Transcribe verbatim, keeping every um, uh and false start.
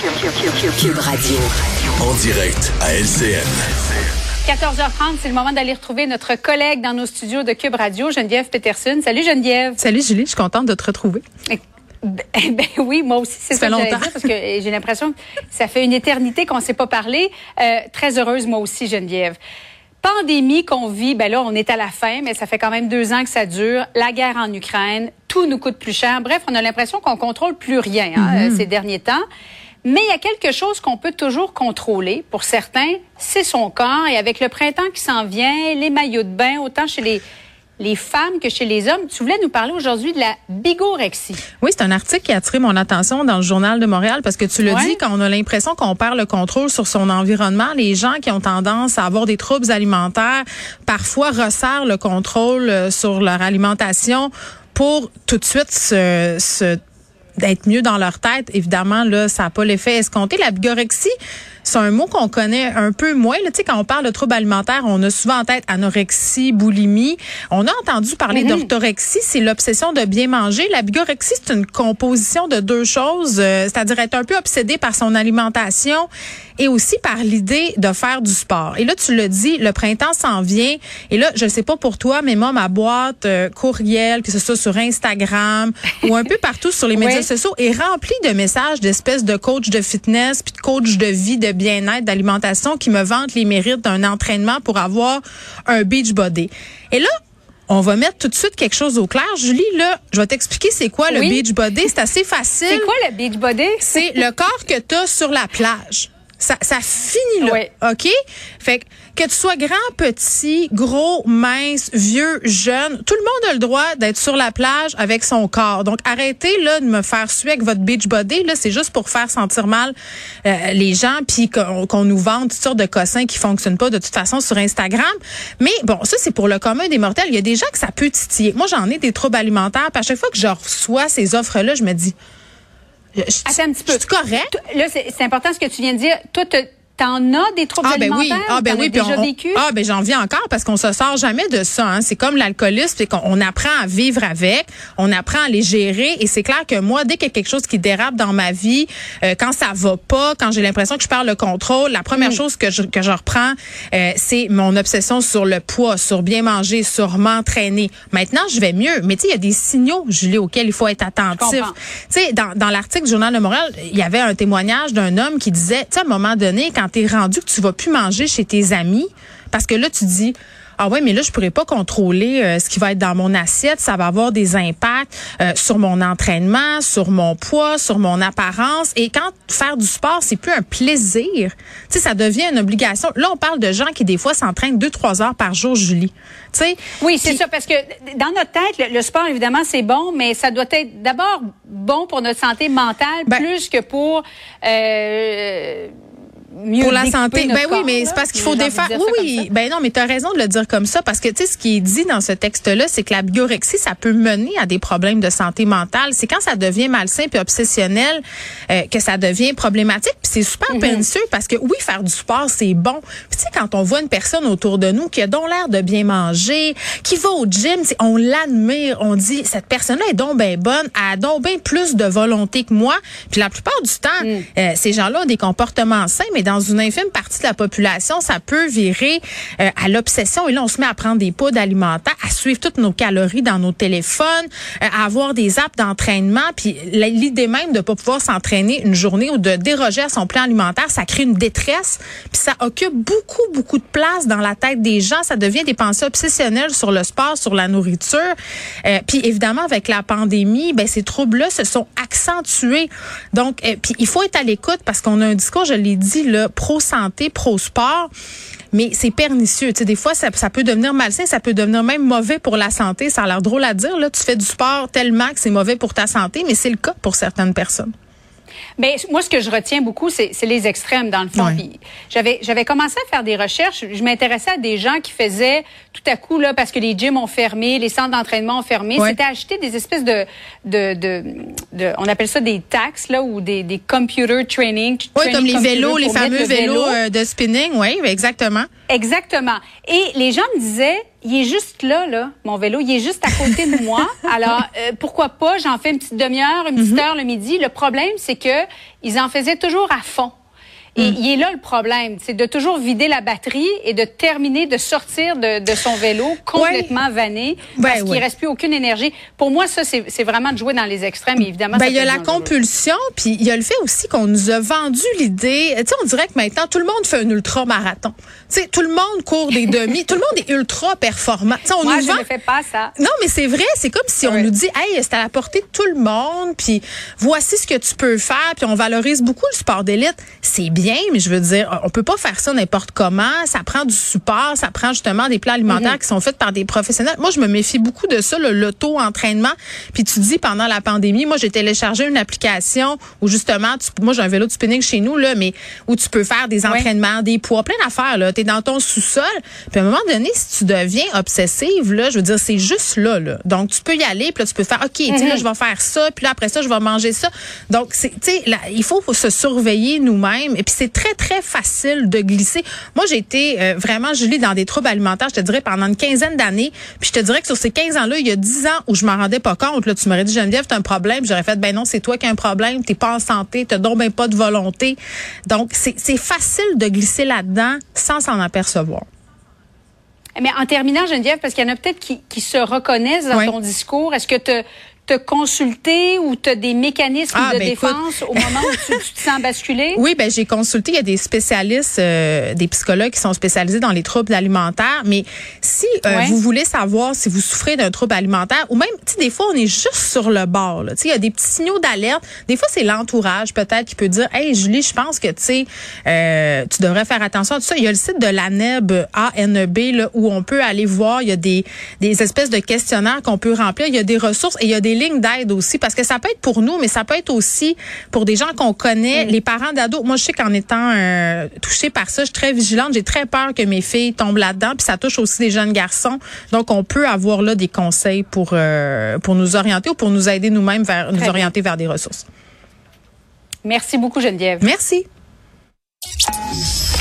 Cube Radio. En direct à L C N. quatorze heures trente, c'est le moment d'aller retrouver notre collègue dans nos studios de Cube Radio, Geneviève Peterson. Salut Geneviève. Salut Julie, je suis contente de te retrouver. Ben, ben oui, moi aussi, c'est ça, ça que j'allais dire, parce que j'ai l'impression que ça fait une éternité qu'on ne s'est pas parlé. Euh, très heureuse, moi aussi, Geneviève. Pandémie qu'on vit, ben là, on est à la fin, mais ça fait quand même deux ans que ça dure. La guerre en Ukraine, tout nous coûte plus cher. Bref, on a l'impression qu'on contrôle plus rien hein, mm-hmm. ces derniers temps. Mais il y a quelque chose qu'on peut toujours contrôler. Pour certains, c'est son corps. Et avec le printemps qui s'en vient, les maillots de bain, autant chez les... les femmes que chez les hommes. Tu voulais nous parler aujourd'hui de la bigorexie. Oui, c'est un article qui a attiré mon attention dans le Journal de Montréal parce que tu le ouais. dis, quand on a l'impression qu'on perd le contrôle sur son environnement, les gens qui ont tendance à avoir des troubles alimentaires parfois resserrent le contrôle sur leur alimentation pour tout de suite se... se d'être mieux dans leur tête. Évidemment, là, ça n'a pas l'effet escompté. La bigorexie, c'est un mot qu'on connaît un peu moins. Là, tu sais, quand on parle de troubles alimentaires, on a souvent en tête anorexie, boulimie. On a entendu parler mm-hmm. d'orthorexie, c'est l'obsession de bien manger. La bigorexie, c'est une composition de deux choses, euh, c'est-à-dire être un peu obsédé par son alimentation et aussi par l'idée de faire du sport. Et là, tu le dis, le printemps s'en vient. Et là, je sais pas pour toi, mais moi, ma boîte euh, courriel, que ce soit sur Instagram ou un peu partout sur les médias ouais. sociaux, est remplie de messages d'espèces de coach de fitness puis de coach de vie, de bien-être, d'alimentation qui me vantent les mérites d'un entraînement pour avoir un beach body. Et là, on va mettre tout de suite quelque chose au clair. Julie, là, je vais t'expliquer c'est quoi oui. le beach body. C'est assez facile. C'est quoi le beach body? C'est le corps que tu as sur la plage. Ça, ça finit là, oui. OK? Fait que, que tu sois grand, petit, gros, mince, vieux, jeune, tout le monde a le droit d'être sur la plage avec son corps. Donc, arrêtez là de me faire suer avec votre beach body. Là, c'est juste pour faire sentir mal euh, les gens puis qu'on, qu'on nous vende toutes sortes de cossins qui fonctionnent pas de toute façon sur Instagram. Mais bon, ça, c'est pour le commun des mortels. Il y a des gens que ça peut titiller. Moi, j'en ai des troubles alimentaires. Puis à chaque fois que je reçois ces offres-là, je me dis... Je, Attends un petit peu. C'est correct? Là, c'est, c'est important ce que tu viens de dire. Toi, t'en as des troubles ah, ben alimentaires? Oui. Ah, ben t'en oui. as déjà on, vécu? Ah, ben j'en viens encore parce qu'on se sort jamais de ça. Hein. C'est comme l'alcoolisme, c'est qu'on on apprend à vivre avec, on apprend à les gérer. Et c'est clair que moi, dès qu'il y a quelque chose qui dérape dans ma vie, euh, quand ça va pas, quand j'ai l'impression que je perds le contrôle, la première mmh. chose que je, que je reprends, euh, c'est mon obsession sur le poids, sur bien manger, sur m'entraîner. Maintenant, je vais mieux. Mais tu sais, il y a des signaux, Julie, auxquels il faut être attentif. Tu sais, dans, dans l'article du Journal de Montréal, il y avait un témoignage d'un homme qui disait, tu sais, à un moment donné, quand t'es rendu que tu vas plus manger chez tes amis, parce que là, tu dis, ah ouais, mais là, je pourrais pas contrôler euh, ce qui va être dans mon assiette. Ça va avoir des impacts euh, sur mon entraînement, sur mon poids, sur mon apparence. Et quand faire du sport, c'est plus un plaisir, tu sais, ça devient une obligation. Là, on parle de gens qui, des fois, s'entraînent deux, trois heures par jour, Julie. Tu sais. Oui, c'est pis... ça, parce que dans notre tête, le, le sport, évidemment, c'est bon, mais ça doit être d'abord bon pour notre santé mentale, ben, plus que pour... Euh, Mieux pour la santé, ben corps, oui, mais là, c'est parce qu'il faut défaire. Oui, oui, ben non, mais tu as raison de le dire comme ça parce que tu sais ce qui est dit dans ce texte-là, c'est que la bigorexie, ça peut mener à des problèmes de santé mentale. C'est quand ça devient malsain puis obsessionnel euh, que ça devient problématique. Puis c'est super mm-hmm. pernicieux parce que oui, faire du sport c'est bon. Puis tu sais quand on voit une personne autour de nous qui a donc l'air de bien manger, qui va au gym, on l'admire, on dit cette personne-là est donc bien bonne, elle a donc bien plus de volonté que moi. Puis la plupart du temps, mm. euh, ces gens-là ont des comportements sains, mais dans une infime partie de la population, ça peut virer euh, à l'obsession. Et là, on se met à prendre des poudres alimentaires, à suivre toutes nos calories dans nos téléphones, euh, à avoir des apps d'entraînement. Puis l'idée même de pas pouvoir s'entraîner une journée ou de déroger à son plan alimentaire, ça crée une détresse. Puis ça occupe beaucoup, beaucoup de place dans la tête des gens. Ça devient des pensées obsessionnelles sur le sport, sur la nourriture. Euh, puis évidemment, avec la pandémie, ben ces troubles-là se sont accentués. Donc, euh, puis il faut être à l'écoute parce qu'on a un discours, je l'ai dit, là, pro-santé, pro-sport, mais c'est pernicieux. Tu sais, des fois, ça, ça peut devenir malsain, ça peut devenir même mauvais pour la santé. Ça a l'air drôle à dire, là. Tu fais du sport tellement que c'est mauvais pour ta santé, mais c'est le cas pour certaines personnes. Mais moi, ce que je retiens beaucoup, c'est, c'est les extrêmes, dans le fond. Ouais. Puis j'avais, j'avais commencé à faire des recherches. Je m'intéressais à des gens qui faisaient tout à coup, là, parce que les gyms ont fermé, les centres d'entraînement ont fermé, ouais. c'était acheter des espèces de, de, de, de, on appelle ça des taxes, là, ou des, des computer training. Oui, comme les vélos, les fameux vélos vélo. euh, de spinning, oui, exactement. Exactement. Et les gens me disaient, il est juste là, là, mon vélo, il est juste à côté de moi. Alors, euh, pourquoi pas, j'en fais une petite demi-heure, une petite mm-hmm. heure le midi. Le problème, c'est que ils en faisaient toujours à fond. Et mm. il est là le problème, c'est de toujours vider la batterie et de terminer, de sortir de, de son vélo complètement ouais. vanné parce ben, qu'il ne ouais. reste plus aucune énergie. Pour moi, ça, c'est, c'est vraiment de jouer dans les extrêmes. Et évidemment, ben, ça il y a la dangereux. compulsion, puis il y a le fait aussi qu'on nous a vendu l'idée. Tu sais, on dirait que maintenant, tout le monde fait un ultra-marathon. Tu sais, tout le monde court des demi, tout le monde est ultra performant. T'sais, on moi, nous je vend... ne fais pas ça. Non, mais c'est vrai, c'est comme si ouais. on nous dit, hey, c'est à la portée de tout le monde, puis voici ce que tu peux faire, puis on valorise beaucoup le sport d'élite. C'est bien, mais je veux dire, on peut pas faire ça n'importe comment. Ça prend du support, ça prend justement des plats alimentaires mm-hmm. qui sont faits par des professionnels. Moi, je me méfie beaucoup de ça, le l'auto-entraînement. Puis tu dis, pendant la pandémie, moi, j'ai téléchargé une application où justement, tu, moi, j'ai un vélo de spinning chez nous, là, mais où tu peux faire des entraînements, oui. des poids, plein d'affaires, là. T'es dans ton sous-sol. Puis à un moment donné, si tu deviens obsessive, là, je veux dire, c'est juste là, là. Donc, tu peux y aller, puis là, tu peux faire, OK, mm-hmm. tu sais, là, je vais faire ça, puis là, après ça, je vais manger ça. Donc, c'est, tu sais, il faut se surveiller nous-mêmes. Et puis, c'est très, très facile de glisser. Moi, j'ai été euh, vraiment, Julie, dans des troubles alimentaires, je te dirais, pendant une quinzaine d'années. Puis je te dirais que sur ces quinze ans-là, il y a dix ans où je m'en rendais pas compte. Là, tu m'aurais dit, Geneviève, t'as un problème. J'aurais fait, ben non, c'est toi qui as un problème. T'es pas en santé. T'as donc ben pas de volonté. Donc, c'est, c'est facile de glisser là-dedans sans s'en apercevoir. Mais en terminant, Geneviève, parce qu'il y en a peut-être qui, qui se reconnaissent dans oui. ton discours, est-ce que tu te consulter ou tu as des mécanismes ah, de ben défense écoute. au moment où tu, tu te sens basculer? Oui, ben j'ai consulté. Il y a des spécialistes, euh, des psychologues qui sont spécialisés dans les troubles alimentaires. Mais si euh, ouais. vous voulez savoir si vous souffrez d'un trouble alimentaire, ou même, tu sais, des fois, on est juste sur le bord. Tu sais, il y a des petits signaux d'alerte. Des fois, c'est l'entourage peut-être qui peut dire, hey Julie, je pense que tu sais, euh, tu devrais faire attention à tout ça. Il y a le site de l'A N E B, A N E B, là, où on peut aller voir. Il y a des des espèces de questionnaires qu'on peut remplir. Il y a des ressources et il y a des lignes d'aide aussi, parce que ça peut être pour nous, mais ça peut être aussi pour des gens qu'on connaît, mmh. les parents d'ados. Moi, je sais qu'en étant euh, touchée par ça, je suis très vigilante. J'ai très peur que mes filles tombent là-dedans, puis ça touche aussi des jeunes garçons. Donc, on peut avoir là des conseils pour euh, pour nous orienter ou pour nous aider nous-mêmes vers très nous orienter bien. vers des ressources. Merci beaucoup, Geneviève. Merci.